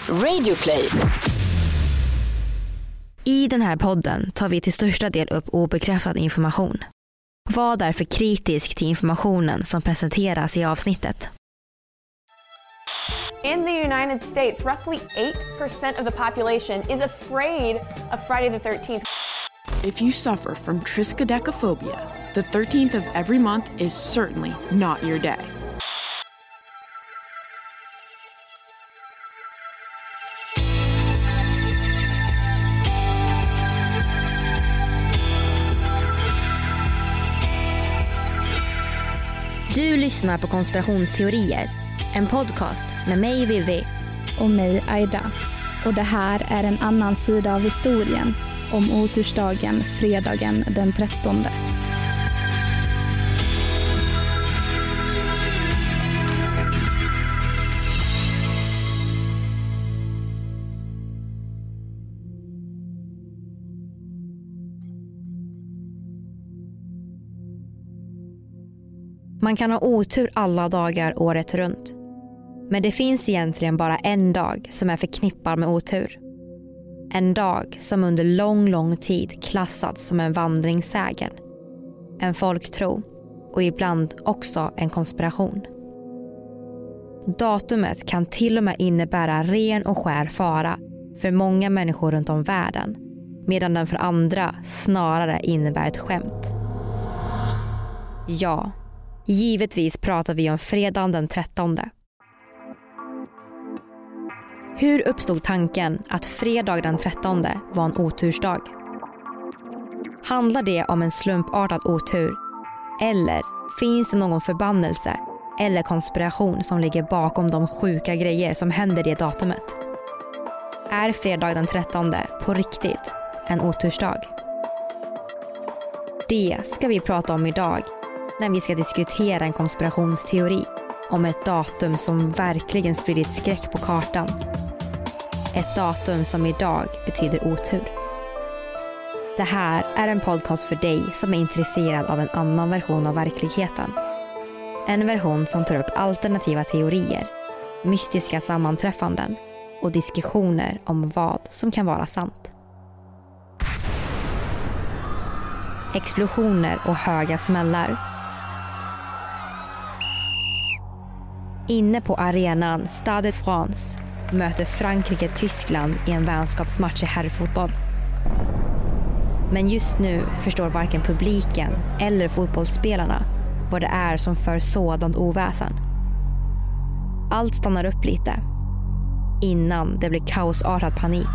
Radioplay. I den här podden tar vi till största del upp obekräftad information. Var därför kritisk till informationen som presenteras i avsnittet. In the United States, roughly 8% of the population is afraid of Friday the 13th. If you suffer from triskaidekaphobia, the 13th of every month is certainly not your day. Du lyssnar på Konspirationsteorier, en podcast med mig Vivi och mig Aida. Och det här är en annan sida av historien om otursdagen fredagen den 13. Man kan ha otur alla dagar året runt. Men det finns egentligen bara en dag som är förknippad med otur. En dag som under lång tid klassats som en vandringssägen. En folktro och ibland också en konspiration. Datumet kan till och med innebära ren och skär fara för många människor runt om världen. Medan den för andra snarare innebär ett skämt. Ja, givetvis pratar vi om fredagen den 13. Hur uppstod tanken att fredag den 13 var en otursdag? Handlar det om en slumpartad otur? Eller finns det någon förbannelse eller konspiration som ligger bakom de sjuka grejer som händer det datumet? Är fredag den 13 på riktigt en otursdag? Det ska vi prata om idag när vi ska diskutera en konspirationsteori om ett datum som verkligen spridit skräck på kartan. Ett datum som idag betyder otur. Det här är en podcast för dig som är intresserad av en annan version av verkligheten. En version som tar upp alternativa teorier, mystiska sammanträffanden och diskussioner om vad som kan vara sant. Explosioner och höga smällar. Inne på arenan Stade de France möter Frankrike Tyskland i en vänskapsmatch i herrfotboll. Men just nu förstår varken publiken eller fotbollsspelarna vad det är som för sådant oväsen. Allt stannar upp lite innan det blir kaosartad panik.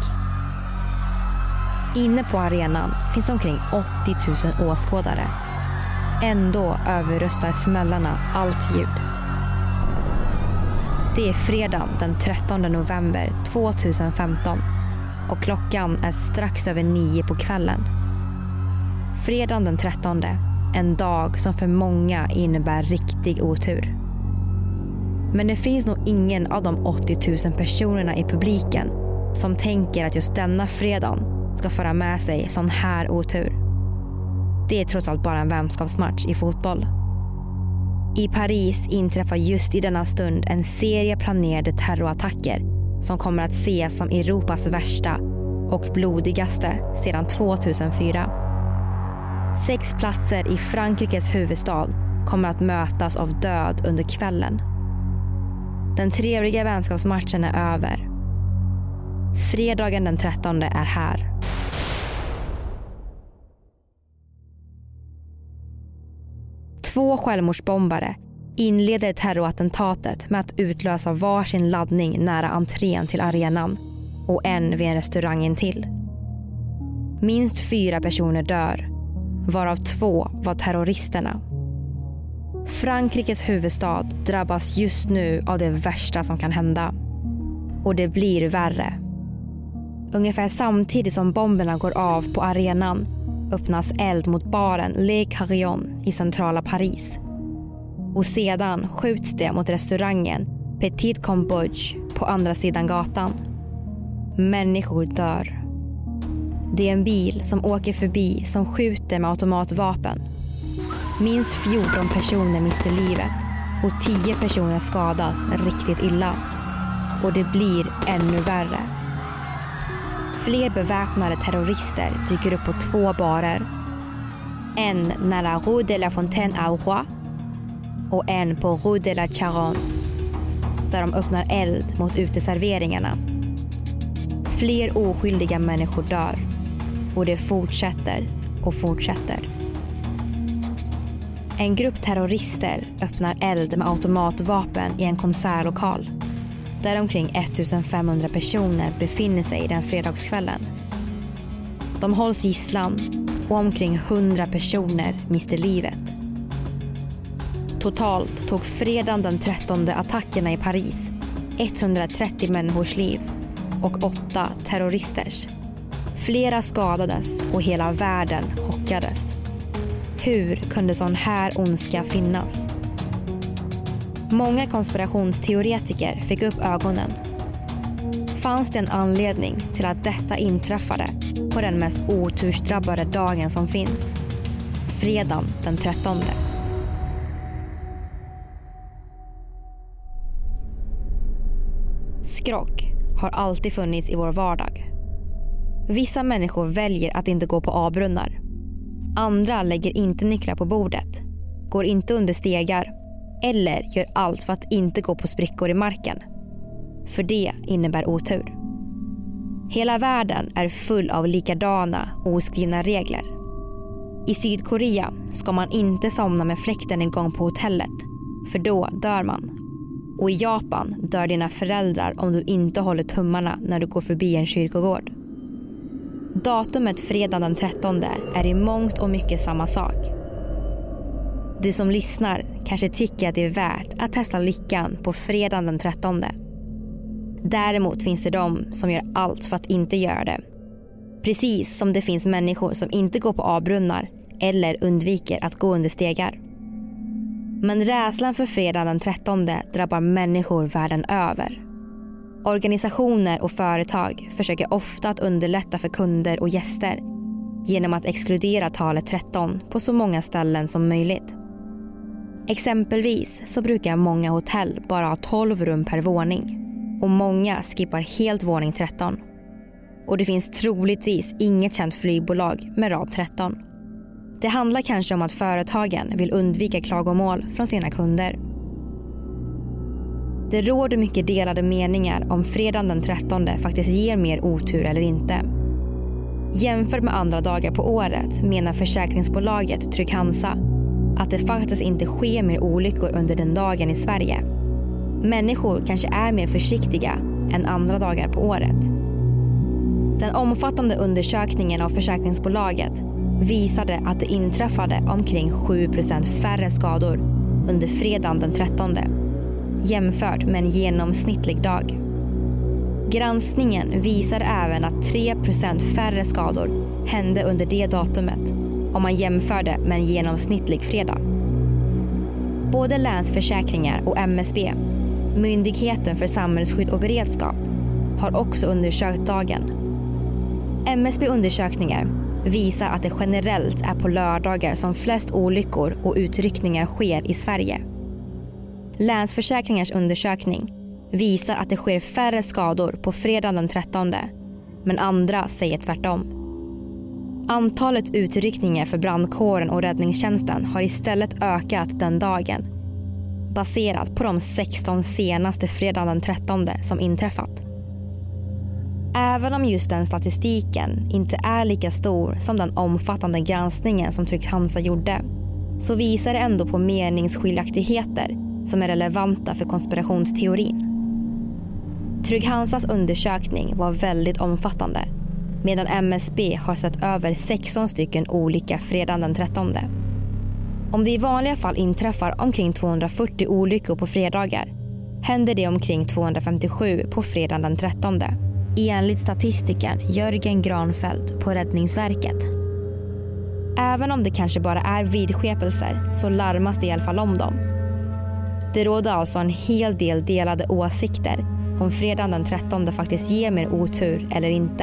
Inne på arenan finns omkring 80 000 åskådare. Ändå överröstar smällarna allt ljud. Det är fredagen den 13 november 2015 och klockan är strax över 9 på kvällen. Fredagen den 13, en dag som för många innebär riktig otur. Men det finns nog ingen av de 80 000 personerna i publiken som tänker att just denna fredagen ska föra med sig sån här otur. Det är trots allt bara en vänskapsmatch i fotboll. I Paris inträffar just i denna stund en serie planerade terrorattacker som kommer att ses som Europas värsta och blodigaste sedan 2004. 6 platser i Frankrikes huvudstad kommer att mötas av död under kvällen. Den trevliga vänskapsmatchen är över. Fredagen den 13 är här. Två självmordsbombare inleder terrorattentatet med att utlösa varsin laddning nära entrén till arenan och en vid en restaurang intill. Minst 4 personer dör, varav 2 var terroristerna. Frankrikes huvudstad drabbas just nu av det värsta som kan hända. Och det blir värre. Ungefär samtidigt som bomberna går av på arenan öppnas eld mot baren Le Carillon i centrala Paris. Och sedan skjuts det mot restaurangen Petit Cambodge på andra sidan gatan. Människor dör. Det är en bil som åker förbi som skjuter med automatvapen. Minst 14 personer mister livet och 10 personer skadas riktigt illa. och det blir ännu värre. Fler beväpnade terrorister dyker upp på 2 barer. En nära Rue de la Fontaine à Roi och en på Rue de la Charonne, där de öppnar eld mot uteserveringarna. Fler oskyldiga människor dör och det fortsätter och fortsätter. En grupp terrorister öppnar eld med automatvapen i en konsertlokal där omkring 1500 personer befinner sig den fredagskvällen. De hålls gisslan och omkring 100 personer mister livet. Totalt tog fredagen den 13 attackerna i Paris 130 människors liv och 8 terroristers. Flera skadades och hela världen chockades. Hur kunde sån här ondska finnas? Många konspirationsteoretiker fick upp ögonen. Fanns det en anledning till att detta inträffade på den mest otursdrabbade dagen som finns? Fredagen den 13. Skrock har alltid funnits i vår vardag. Vissa människor väljer att inte gå på avbrunnar. Andra lägger inte nycklar på bordet, går inte under stegar eller gör allt för att inte gå på sprickor i marken. För det innebär otur. Hela världen är full av likadana oskrivna regler. I Sydkorea ska man inte somna med fläkten igång på hotellet, för då dör man. Och i Japan dör dina föräldrar om du inte håller tummarna när du går förbi en kyrkogård. Datumet fredag den 13 är i mångt och mycket samma sak. Du som lyssnar kanske tycker att det är värt att testa lyckan på fredag den 13. Däremot finns det de som gör allt för att inte göra det. Precis som det finns människor som inte går på avbrunnar eller undviker att gå under stegar. Men rädslan för fredag den 13 drabbar människor världen över. Organisationer och företag försöker ofta att underlätta för kunder och gäster genom att exkludera talet 13 på så många ställen som möjligt. Exempelvis så brukar många hotell bara ha 12 rum per våning och många skippar helt våning 13. Och det finns troligtvis inget känt flygbolag med rad 13. Det handlar kanske om att företagen vill undvika klagomål från sina kunder. Det råder mycket delade meningar om fredagen den 13 faktiskt ger mer otur eller inte. Jämfört med andra dagar på året menar försäkringsbolaget Trygg-Hansa att det faktiskt inte sker mer olyckor under den dagen i Sverige. Människor kanske är mer försiktiga än andra dagar på året. Den omfattande undersökningen av försäkringsbolaget visade att det inträffade omkring 7% färre skador under fredagen den 13 jämfört med en genomsnittlig dag. Granskningen visar även att 3% färre skador hände under det datumet om man jämförde med en genomsnittlig fredag. Både Länsförsäkringar och MSB, Myndigheten för samhällsskydd och beredskap, har också undersökt dagen. MSB-undersökningar visar att det generellt är på lördagar som flest olyckor och utryckningar sker i Sverige. Länsförsäkringars undersökning visar att det sker färre skador på fredagen den 13, men andra säger tvärtom. Antalet utryckningar för brandkåren och räddningstjänsten har istället ökat den dagen, baserat på de 16 senaste fredagen den 13 som inträffat. Även om just den statistiken inte är lika stor som den omfattande granskningen som Trygg-Hansa gjorde, så visar det ändå på meningsskiljaktigheter som är relevanta för konspirationsteorin. Trygg-Hansas undersökning var väldigt omfattande, medan MSB har sett över 16 stycken olika fredagen den 13. Om det i vanliga fall inträffar omkring 240 olyckor på fredagar, händer det omkring 257 på fredagen den 13. Enligt statistiken Jörgen Granfeldt på Räddningsverket. Även om det kanske bara är vidskepelser så larmas det i alla fall om dem. Det råder alltså en hel del delade åsikter om fredagen den 13 faktiskt ger mer otur eller inte.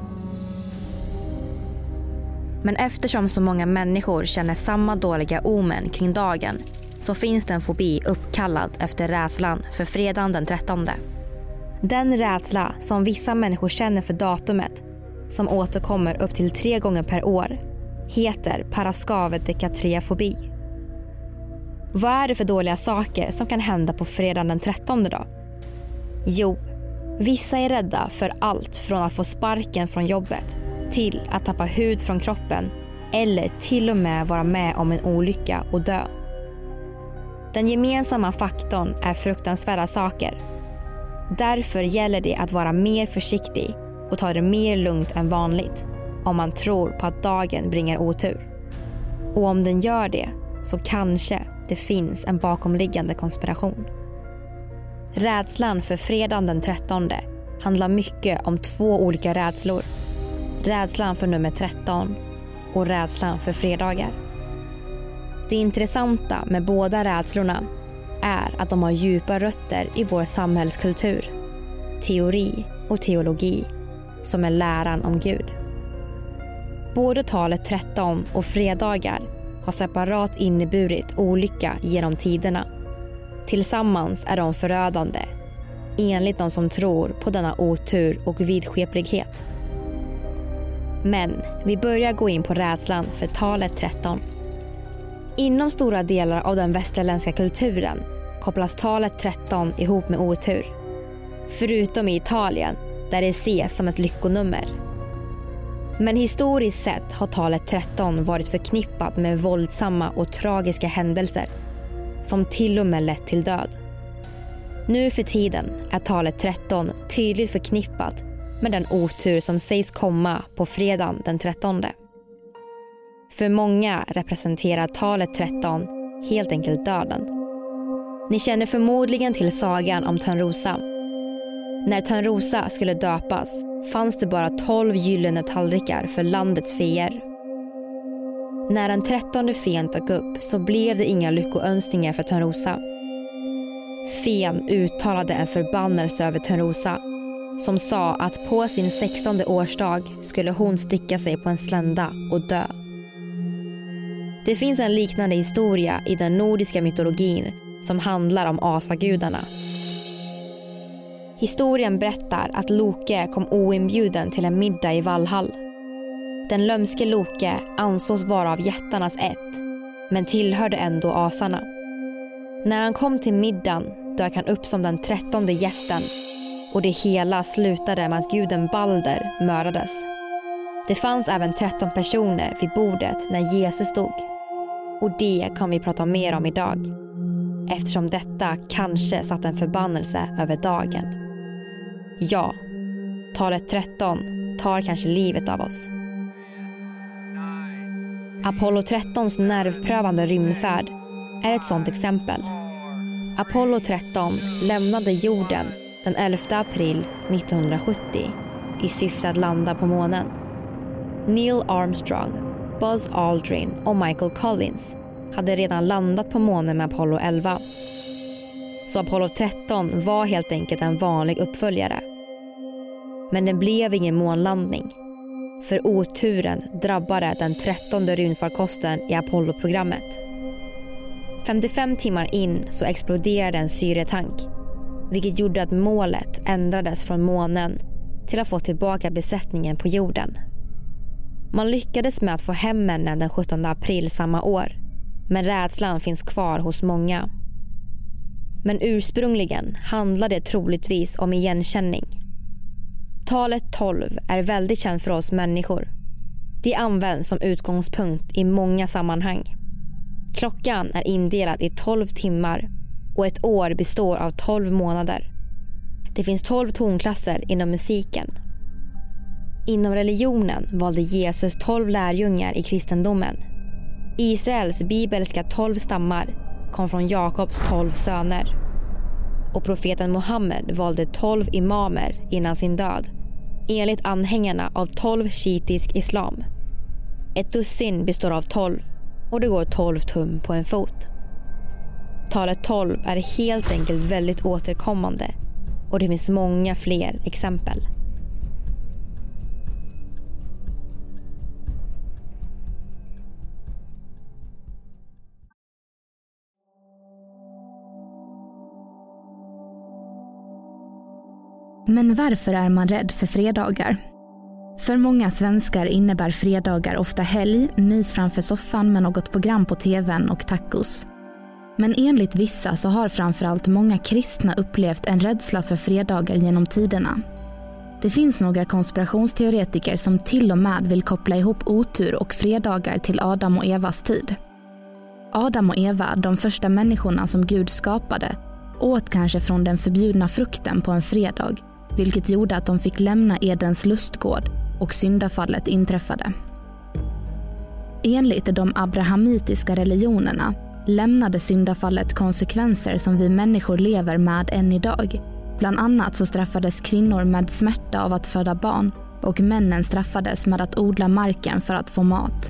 Men eftersom så många människor känner samma dåliga omen kring dagen så finns det en fobi uppkallad efter rädslan för fredagen den 13. Den rädsla som vissa människor känner för datumet, som återkommer upp till 3 gånger per år, heter paraskavedekatriafobi. Vad är det för dåliga saker som kan hända på fredagen den 13 då? Jo, vissa är rädda för allt från att få sparken från jobbet till att tappa hud från kroppen eller till och med vara med om en olycka och dö. Den gemensamma faktorn är fruktansvärda saker. Därför gäller det att vara mer försiktig och ta det mer lugnt än vanligt om man tror på att dagen bringar otur. Och om den gör det så kanske det finns en bakomliggande konspiration. Rädslan för fredagen den 13 handlar mycket om 2 olika rädslor. Rädslan för nummer 13 och rädslan för fredagar. Det intressanta med båda rädslorna är att de har djupa rötter i vår samhällskultur, teori och teologi, som är läran om Gud. Både talet 13 och fredagar har separat inneburit olycka genom tiderna. Tillsammans är de förödande, enligt de som tror på denna otur och vidskeplighet. Men vi börjar gå in på rädslan för talet 13. Inom stora delar av den västerländska kulturen kopplas talet 13 ihop med otur. Förutom i Italien, där det ses som ett lyckonummer. Men historiskt sett har talet 13 varit förknippat med våldsamma och tragiska händelser som till och med lett till död. Nu för tiden är talet 13 tydligt förknippat med den otur som sägs komma på fredagen den 13. För många representerar talet 13 helt enkelt döden. Ni känner förmodligen till sagan om Törnrosa. När Törnrosa skulle döpas fanns det bara 12 gyllene tallrikar för landets feer. När den 13:e fen dök upp så blev det inga lyckoönskningar för Törnrosa. Fen uttalade en förbannelse över Törnrosa som sa att på sin 16:e årsdag skulle hon sticka sig på en slända och dö. Det finns en liknande historia i den nordiska mytologin som handlar om asagudarna. Historien berättar att Loke kom oinbjuden till en middag i Valhall. Den lömske Loke ansågs vara av jättarnas ett, men tillhörde ändå asarna. När han kom till middagen dök han upp som den 13:e gästen, och det hela slutade med att guden Balder mördades. Det fanns även 13 personer vid bordet när Jesus dog. Och det kan vi prata mer om idag, eftersom detta kanske satt en förbannelse över dagen. Ja, talet 13 tar kanske livet av oss. Apollo 13s nervprövande rymdfärd är ett sådant exempel. Apollo 13 lämnade jorden den 11 april 1970 i syfte att landa på månen. Neil Armstrong, Buzz Aldrin och Michael Collins hade redan landat på månen med Apollo 11. Så Apollo 13 var helt enkelt en vanlig uppföljare. Men det blev ingen månlandning. För oturen drabbade den 13:e rymdfarkosten i Apollo-programmet. 55 timmar in så exploderade en syretank, vilket gjorde att målet ändrades från månen till att få tillbaka besättningen på jorden. Man lyckades med att få hem männen den 17 april samma år, men rädslan finns kvar hos många. Men ursprungligen handlade det troligtvis om igenkänning. Talet 12 är väldigt känt för oss människor. Det används som utgångspunkt i många sammanhang. Klockan är indelad i 12 timmar och ett år består av 12 månader. Det finns 12 tonklasser inom musiken. Inom religionen valde Jesus 12 lärjungar i kristendomen. Israels bibelska 12 stammar kom från Jakobs 12 söner. Och profeten Muhammed valde 12 imamer innan sin död, enligt anhängarna av 12 shiitisk islam. Ett dussin består av 12 och det går 12 tum på en fot. Talet 12 är helt enkelt väldigt återkommande och det finns många fler exempel. Men varför är man rädd för fredagar? För många svenskar innebär fredagar ofta helg, mys framför soffan med något program på tvn och tacos. Men enligt vissa så har framförallt många kristna upplevt en rädsla för fredagar genom tiderna. Det finns några konspirationsteoretiker som till och med vill koppla ihop otur och fredagar till Adam och Evas tid. Adam och Eva, de första människorna som Gud skapade, åt kanske från den förbjudna frukten på en fredag, vilket gjorde att de fick lämna Edens lustgård och syndafallet inträffade. Enligt de abrahamitiska religionerna lämnade syndafallet konsekvenser som vi människor lever med än idag. Bland annat så straffades kvinnor med smärta av att föda barn och männen straffades med att odla marken för att få mat.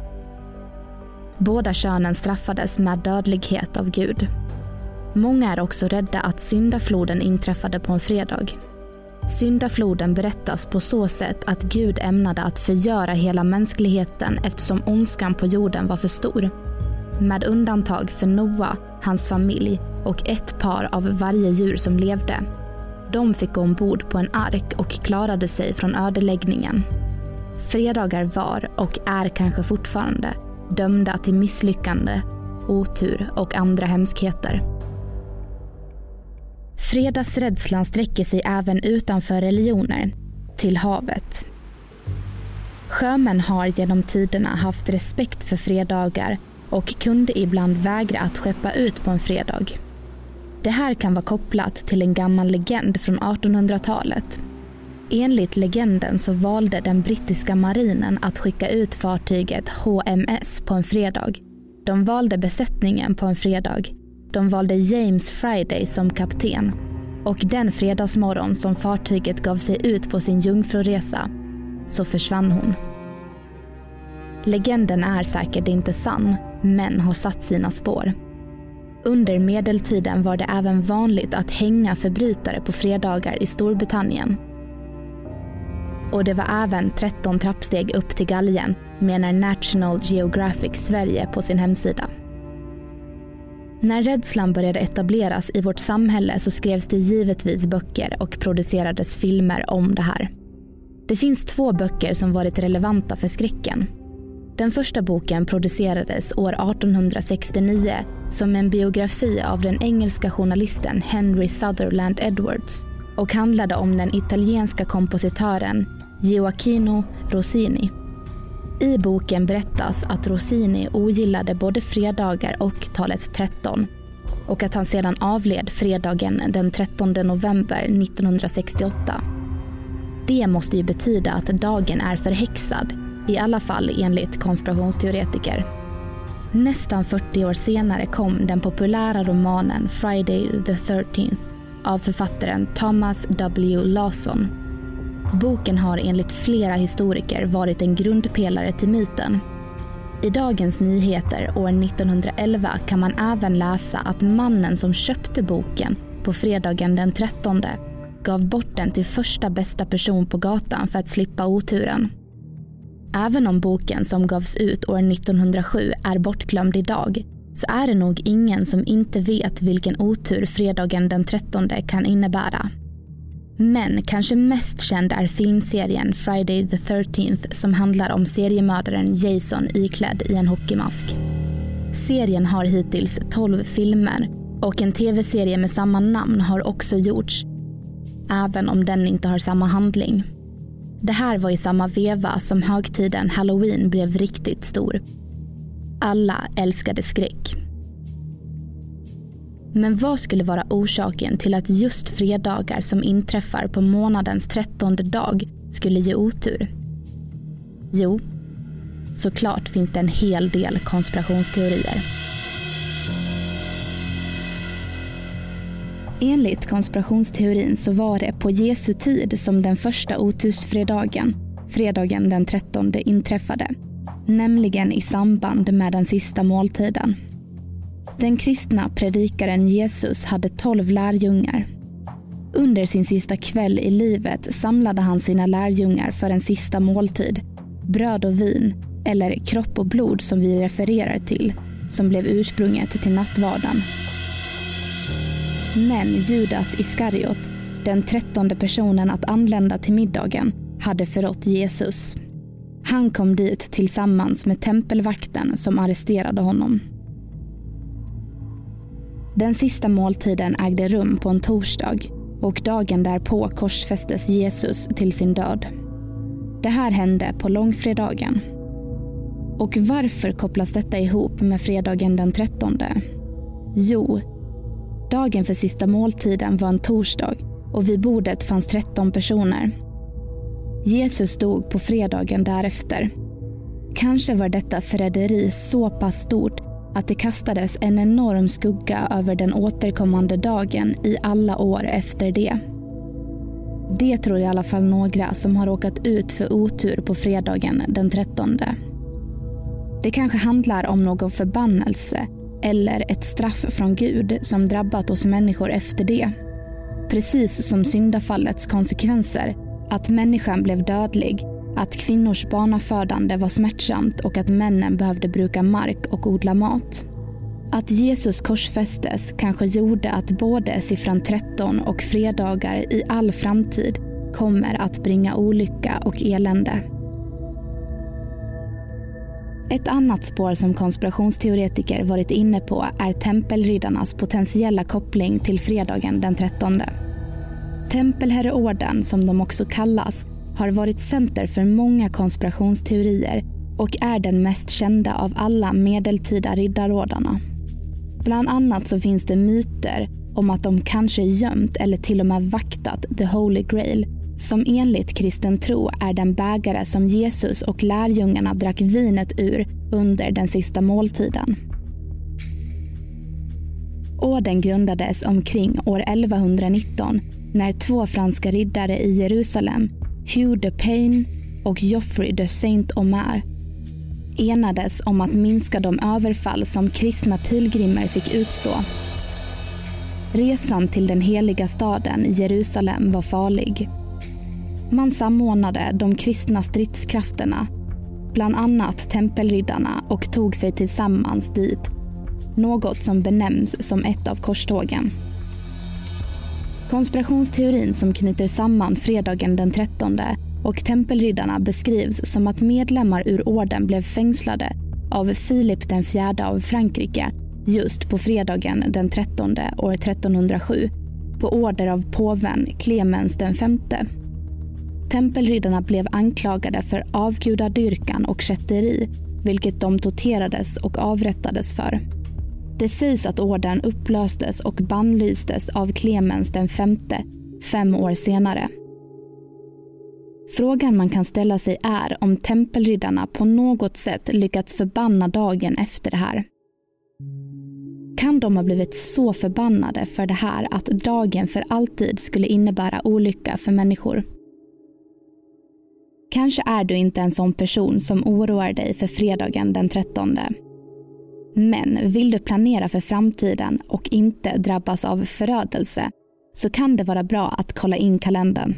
Båda könen straffades med dödlighet av Gud. Många är också rädda att syndafloden inträffade på en fredag. Syndafloden berättas på så sätt att Gud ämnade att förgöra hela mänskligheten eftersom ondskan på jorden var för stor. Med undantag för Noa, hans familj och ett par av varje djur som levde. De fick gå ombord på en ark och klarade sig från ödeläggningen. Fredagar var och är kanske fortfarande dömda till misslyckande, otur och andra hemskheter. Fredagsrädslan sträcker sig även utanför religioner, till havet. Sjömän har genom tiderna haft respekt för fredagar och kunde ibland vägra att skeppa ut på en fredag. Det här kan vara kopplat till en gammal legend från 1800-talet. Enligt legenden så valde den brittiska marinen att skicka ut fartyget HMS på en fredag. De valde besättningen på en fredag. De valde James Friday som kapten. Och den fredagsmorgon som fartyget gav sig ut på sin jungfruresa så försvann hon. Legenden är säkert inte sann, men har satt sina spår. Under medeltiden var det även vanligt att hänga förbrytare på fredagar i Storbritannien. Och det var även 13 trappsteg upp till galgen, menar National Geographic Sverige på sin hemsida. När rädslan började etableras i vårt samhälle så skrevs det givetvis böcker och producerades filmer om det här. Det finns 2 böcker som varit relevanta för skräcken. Den första boken producerades år 1869 som en biografi av den engelska journalisten Henry Sutherland Edwards och handlade om den italienska kompositören Gioacchino Rossini. I boken berättas att Rossini ogillade både fredagar och talet 13 och att han sedan avled fredagen den 13 november 1968. Det måste ju betyda att dagen är förhäxad, i alla fall enligt konspirationsteoretiker. Nästan 40 år senare kom den populära romanen Friday the 13th av författaren Thomas W. Lawson. Boken har enligt flera historiker varit en grundpelare till myten. I Dagens Nyheter år 1911 kan man även läsa att mannen som köpte boken på fredagen den 13 gav bort den till första bästa person på gatan för att slippa oturen. Även om boken som gavs ut år 1907 är bortglömd idag så är det nog ingen som inte vet vilken otur fredagen den 13 kan innebära. Men kanske mest känd är filmserien Friday the 13th som handlar om seriemördaren Jason iklädd i en hockeymask. Serien har hittills 12 filmer och en tv-serie med samma namn har också gjorts, även om den inte har samma handling. Det här var i samma veva som högtiden Halloween blev riktigt stor. Alla älskade skräck. Men vad skulle vara orsaken till att just fredagar som inträffar på månadens 13:e dag skulle ge otur? Jo, såklart finns det en hel del konspirationsteorier. Enligt konspirationsteorin så var det på Jesu tid som den första otursfredagen, fredagen den 13:e, inträffade. Nämligen i samband med den sista måltiden. Den kristna predikaren Jesus hade 12 lärjungar. Under sin sista kväll i livet samlade han sina lärjungar för en sista måltid, bröd och vin, eller kropp och blod som vi refererar till, som blev ursprunget till nattvarden. Men Judas Iskariot, den 13:e personen att anlända till middagen, hade förrått Jesus. Han kom dit tillsammans med tempelvakten som arresterade honom. Den sista måltiden ägde rum på en torsdag och dagen därpå korsfästes Jesus till sin död. Det här hände på långfredagen. Och varför kopplas detta ihop med fredagen den 13? Jo, dagen för sista måltiden var en torsdag och vid bordet fanns 13 personer. Jesus dog på fredagen därefter. Kanske var detta förräderi så pass stort att det kastades en enorm skugga över den återkommande dagen i alla år efter det. Det tror i alla fall några som har råkat ut för otur på fredagen den 13. Det kanske handlar om någon förbannelse eller ett straff från Gud som drabbat oss människor efter det. Precis som syndafallets konsekvenser, att människan blev dödlig, att kvinnors barnafödande var smärtsamt och att männen behövde bruka mark och odla mat. Att Jesus korsfästes kanske gjorde att både siffran 13 och fredagar i all framtid kommer att bringa olycka och elände. Ett annat spår som konspirationsteoretiker varit inne på är tempelriddarnas potentiella koppling till fredagen den 13. Tempelherreorden, som de också kallas, har varit center för många konspirationsteorier och är den mest kända av alla medeltida riddarordarna. Bland annat så finns det myter om att de kanske gömt eller till och med vaktat The Holy Grail, som enligt kristen tro är den bägare som Jesus och lärjungarna drack vinet ur under den sista måltiden. Orden grundades omkring år 1119 när 2 franska riddare i Jerusalem, Hugh de Payne och Geoffrey de Saint-Omer, enades om att minska de överfall som kristna pilgrimer fick utstå. Resan till den heliga staden Jerusalem var farlig. Man samordnade de kristna stridskrafterna, bland annat tempelriddarna, och tog sig tillsammans dit, något som benämns som ett av korstågen. Konspirationsteorin som knyter samman fredagen den 13 och tempelriddarna beskrivs som att medlemmar ur orden blev fängslade av Filip den fjärde av Frankrike just på fredagen den 13 år 1307 på order av påven Clemens den femte. Tempelriddarna blev anklagade för avgudadyrkan och kätteri, vilket de torterades och avrättades för. Det sägs att orden upplöstes och bannlystes av Clemens den femte 5 år senare. Frågan man kan ställa sig är om tempelriddarna på något sätt lyckats förbanna dagen efter det här. Kan de ha blivit så förbannade för det här att dagen för alltid skulle innebära olycka för människor? Kanske är du inte en sån person som oroar dig för fredagen den 13. Men vill du planera för framtiden och inte drabbas av förödelse, så kan det vara bra att kolla in kalendern.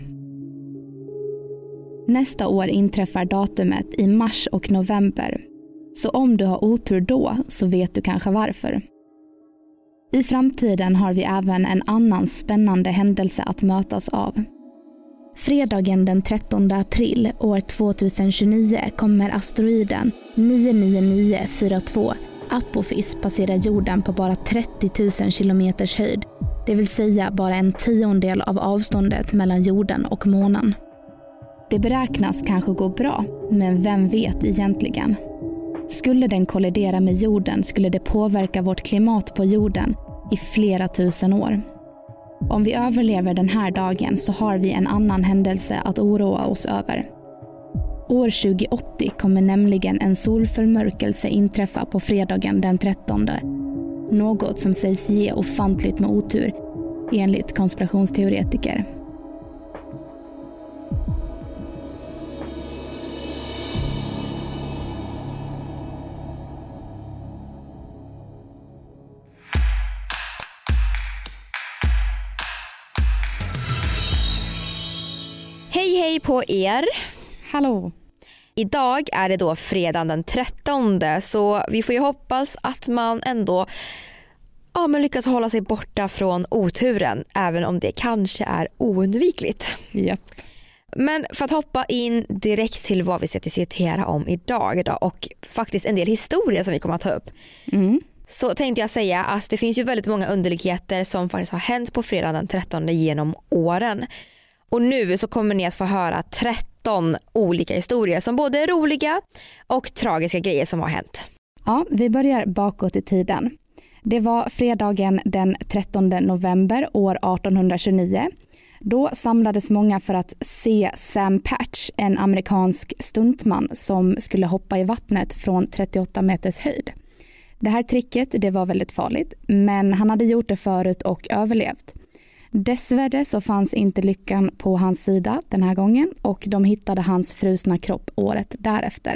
Nästa år inträffar datumet i mars och november, så om du har otur då så vet du kanske varför. I framtiden har vi även en annan spännande händelse att mötas av. Fredagen den 13 april år 2029 kommer asteroiden 99942 Apophis passera jorden på bara 30 000 kilometers höjd, det vill säga bara en 10ondel av avståndet mellan jorden och månen. Det beräknas kanske gå bra, men vem vet egentligen? Skulle den kollidera med jorden skulle det påverka vårt klimat på jorden i flera tusen år. Om vi överlever den här dagen så har vi en annan händelse att oroa oss över. År 2080 kommer nämligen en solförmörkelse inträffa på fredagen den 13. Något som sägs ge ofantligt med otur, enligt konspirationsteoretiker. Hej på er. Hallå. Idag är det då fredagen den 13, så vi får ju hoppas att man ändå men lyckas hålla sig borta från oturen, även om det kanske är oundvikligt. Yep. Men för att hoppa in direkt till vad vi ska diskutera om idag då, och faktiskt en del historia som vi kommer att ta upp. Så tänkte jag säga att det finns ju väldigt många underligheter som faktiskt har hänt på fredagen den 13 genom åren. Och nu så kommer ni att få höra 13 olika historier som både är roliga och tragiska grejer som har hänt. Ja, vi börjar bakåt i tiden. Det var fredagen den 13 november år 1829. Då samlades många för att se Sam Patch, en amerikansk stuntman som skulle hoppa i vattnet från 38 meters höjd. Det här tricket, det var väldigt farligt, men han hade gjort det förut och överlevt. Dessvärre så fanns inte lyckan på hans sida den här gången och de hittade hans frusna kropp året därefter.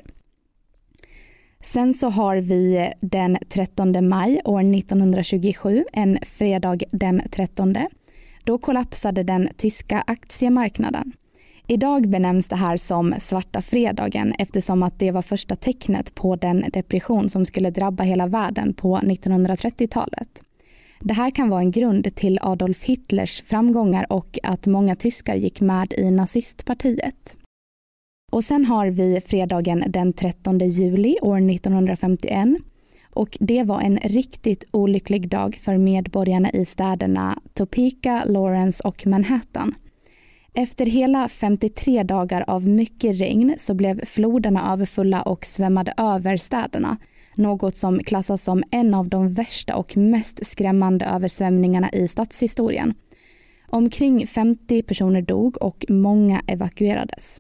Sen så har vi den 13 maj år 1927, en fredag den 13. Då kollapsade den tyska aktiemarknaden. Idag benämns det här som svarta fredagen eftersom att det var första tecknet på den depression som skulle drabba hela världen på 1930-talet. Det här kan vara en grund till Adolf Hitlers framgångar och att många tyskar gick med i nazistpartiet. Och sen har vi fredagen den 13 juli år 1951 och det var en riktigt olycklig dag för medborgarna i städerna Topeka, Lawrence och Manhattan. Efter hela 53 dagar av mycket regn så blev floderna överfulla och svämmade över städerna. Något som klassas som en av de värsta och mest skrämmande översvämningarna i stadshistorien. Omkring 50 personer dog och många evakuerades.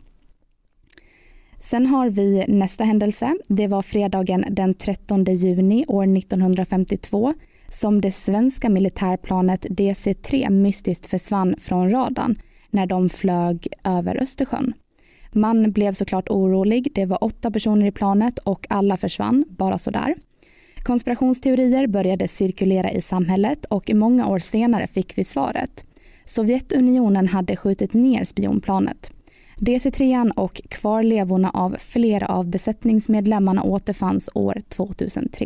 Sen har vi nästa händelse. Det var fredagen den 13 juni år 1952 som det svenska militärplanet DC-3 mystiskt försvann från radarn när de flög över Östersjön. Man blev såklart orolig. Det var 8 personer i planet och alla försvann, bara sådär. Konspirationsteorier började cirkulera i samhället och många år senare fick vi svaret. Sovjetunionen hade skjutit ner spionplanet. DC-3 och kvarlevorna av flera av besättningsmedlemmarna återfanns år 2003.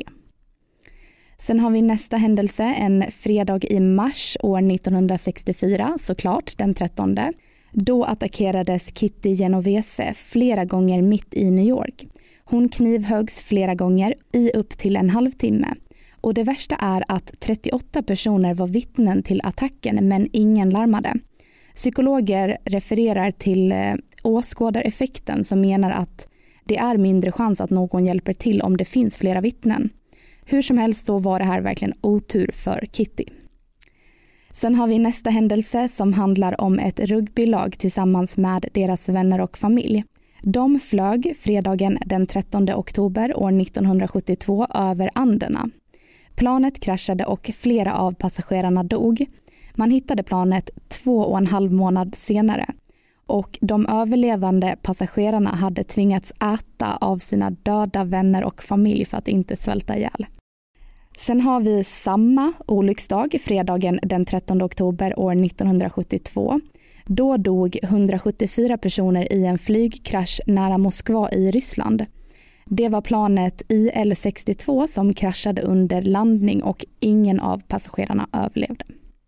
Sen har vi nästa händelse, en fredag i mars år 1964, såklart den 13. Då attackerades Kitty Genovese flera gånger mitt i New York. Hon knivhöggs flera gånger i upp till en halvtimme. Och det värsta är att 38 personer var vittnen till attacken men ingen larmade. Psykologer refererar till åskådareffekten som menar att det är mindre chans att någon hjälper till om det finns flera vittnen. Hur som helst så var det här verkligen otur för Kitty. Sen har vi nästa händelse som handlar om ett rugbylag tillsammans med deras vänner och familj. De flög fredagen den 13 oktober år 1972 över Anderna. Planet kraschade och flera av passagerarna dog. Man hittade planet 2,5 månader senare. Och de överlevande passagerarna hade tvingats äta av sina döda vänner och familj för att inte svälta ihjäl. Sen har vi samma olycksdag, fredagen den 13 oktober år 1972. Då dog 174 personer i en flygkrasch nära Moskva i Ryssland. Det var planet IL-62 som kraschade under landning och ingen av passagerarna överlevde.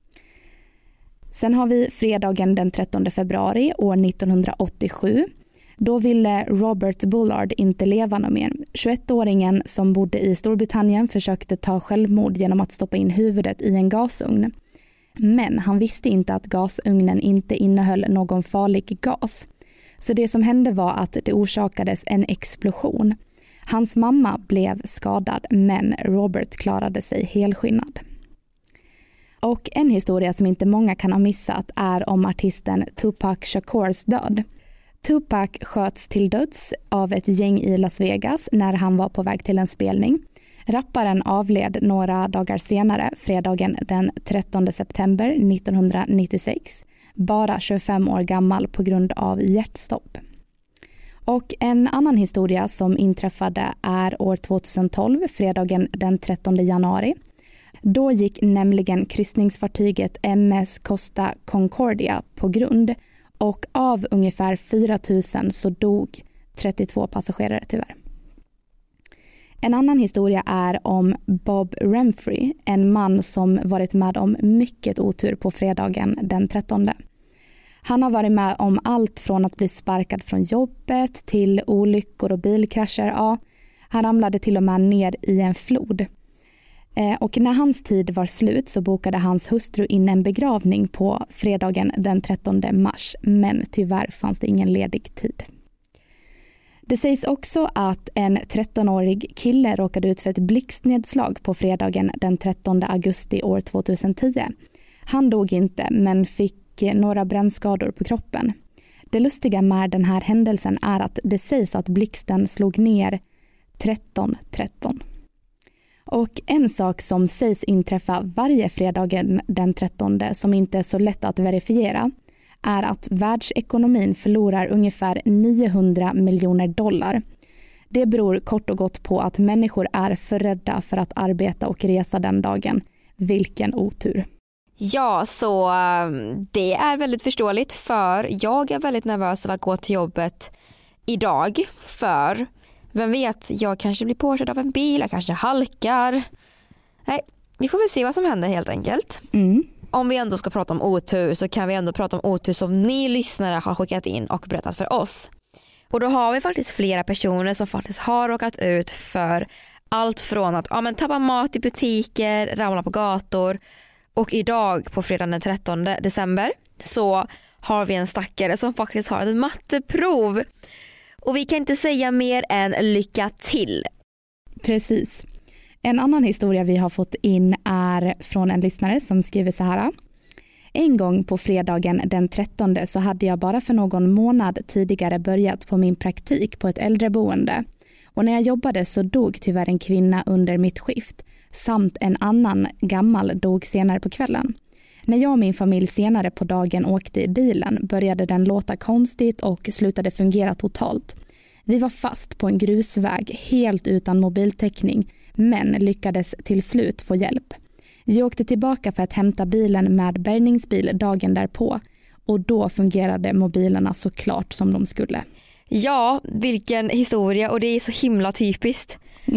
Sen har vi fredagen den 13 februari år 1987. Då ville Robert Bullard inte leva något mer. 21-åringen som bodde i Storbritannien försökte ta självmord genom att stoppa in huvudet i en gasugn. Men han visste inte att gasugnen inte innehöll någon farlig gas. Så det som hände var att det orsakades en explosion. Hans mamma blev skadad men Robert klarade sig helskinnad. Och en historia som inte många kan ha missat är om artisten Tupac Shakurs död. Tupac sköts till döds av ett gäng i Las Vegas när han var på väg till en spelning. Rapparen avled några dagar senare, fredagen den 13 september 1996, bara 25 år gammal på grund av hjärtstopp. Och en annan historia som inträffade är år 2012, fredagen den 13 januari. Då gick nämligen kryssningsfartyget MS Costa Concordia på grund och av ungefär 4 000 så dog 32 passagerare tyvärr. En annan historia är om Bob Remfry, en man som varit med om mycket otur på fredagen den 13. Han har varit med om allt från att bli sparkad från jobbet till olyckor och bilkrascher. Ja, han ramlade till och med ner i en flod. Och när hans tid var slut så bokade hans hustru in en begravning på fredagen den 13 mars. Men tyvärr fanns det ingen ledig tid. Det sägs också att en 13-årig kille råkade ut för ett blixtnedslag på fredagen den 13 augusti år 2010. Han dog inte men fick några brännskador på kroppen. Det lustiga med den här händelsen är att det sägs att blixten slog ner 13:13. Och en sak som sägs inträffa varje fredagen den 13 som inte är så lätt att verifiera är att världsekonomin förlorar ungefär $900 miljoner. Det beror kort och gott på att människor är för rädda för att arbeta och resa den dagen. Vilken otur. Ja, så det är väldigt förståeligt, för jag är väldigt nervös av att gå till jobbet idag, för vem vet, jag kanske blir påkörd av en bil, jag kanske halkar. Nej, vi får väl se vad som händer helt enkelt. Om vi ändå ska prata om otur så kan vi ändå prata om otur som ni lyssnare har skickat in och berättat för oss. Och då har vi faktiskt flera personer som faktiskt har råkat ut för allt från att tappa mat i butiker, ramla på gator. Och idag på fredagen den 13 december så har vi en stackare som faktiskt har ett matteprov. Och vi kan inte säga mer än lycka till. Precis. En annan historia vi har fått in är från en lyssnare som skriver så här. En gång på fredagen den 13 så hade jag bara för någon månad tidigare börjat på min praktik på ett äldreboende. Och när jag jobbade så dog tyvärr en kvinna under mitt skift. Samt en annan gammal dog senare på kvällen. När jag och min familj senare på dagen åkte i bilen började den låta konstigt och slutade fungera totalt. Vi var fast på en grusväg helt utan mobiltäckning men lyckades till slut få hjälp. Vi åkte tillbaka för att hämta bilen med bärgningsbil dagen därpå och då fungerade mobilerna såklart som de skulle. Ja, vilken historia, och det är så himla typiskt.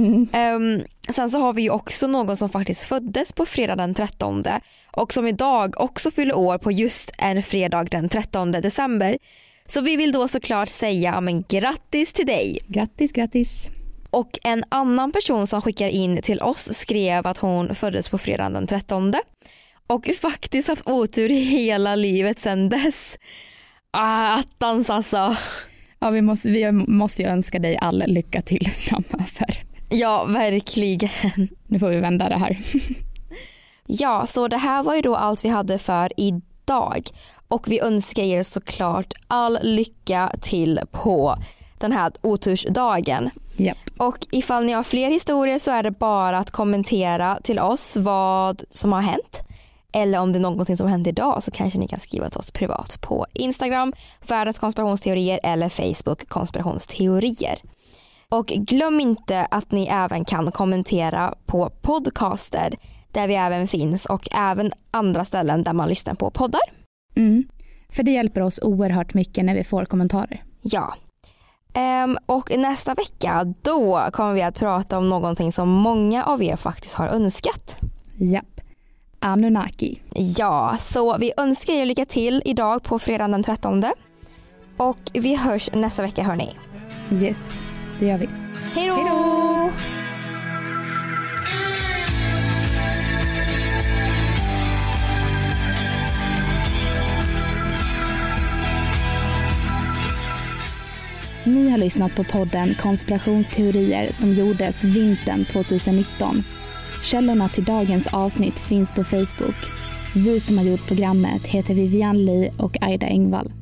Sen så har vi ju också någon som faktiskt föddes på fredag den 13 och som idag också fyller år på just en fredag den 13 december. Så vi vill då såklart säga grattis till dig. Grattis. Och en annan person som skickar in till oss skrev att hon föddes på fredag den 13 och faktiskt haft otur hela livet sedan dess. Attans alltså. Ja, vi måste ju önska dig all lycka till framöver. Ja, verkligen. Nu får vi vända det här. Ja, så det här var ju då allt vi hade för idag. Och vi önskar er såklart all lycka till på den här otursdagen. Yep. Och ifall ni har fler historier så är det bara att kommentera till oss vad som har hänt. Eller om det är någonting som händer idag så kanske ni kan skriva till oss privat på Instagram, Världens konspirationsteorier, eller Facebook, konspirationsteorier. Och glöm inte att ni även kan kommentera på podcaster där vi även finns och även andra ställen där man lyssnar på poddar. För det hjälper oss oerhört mycket när vi får kommentarer. Ja. Och nästa vecka då kommer vi att prata om någonting som många av er faktiskt har önskat. Japp. Anunnaki. Ja, så vi önskar er lycka till idag på fredag den 13. Och vi hörs nästa vecka, hörni. Yes, det gör vi. Hej då! Ni har lyssnat på podden Konspirationsteorier som gjordes vintern 2019. Källorna till dagens avsnitt finns på Facebook. Vi som har gjort programmet heter Vivian Lee och Aida Engvall.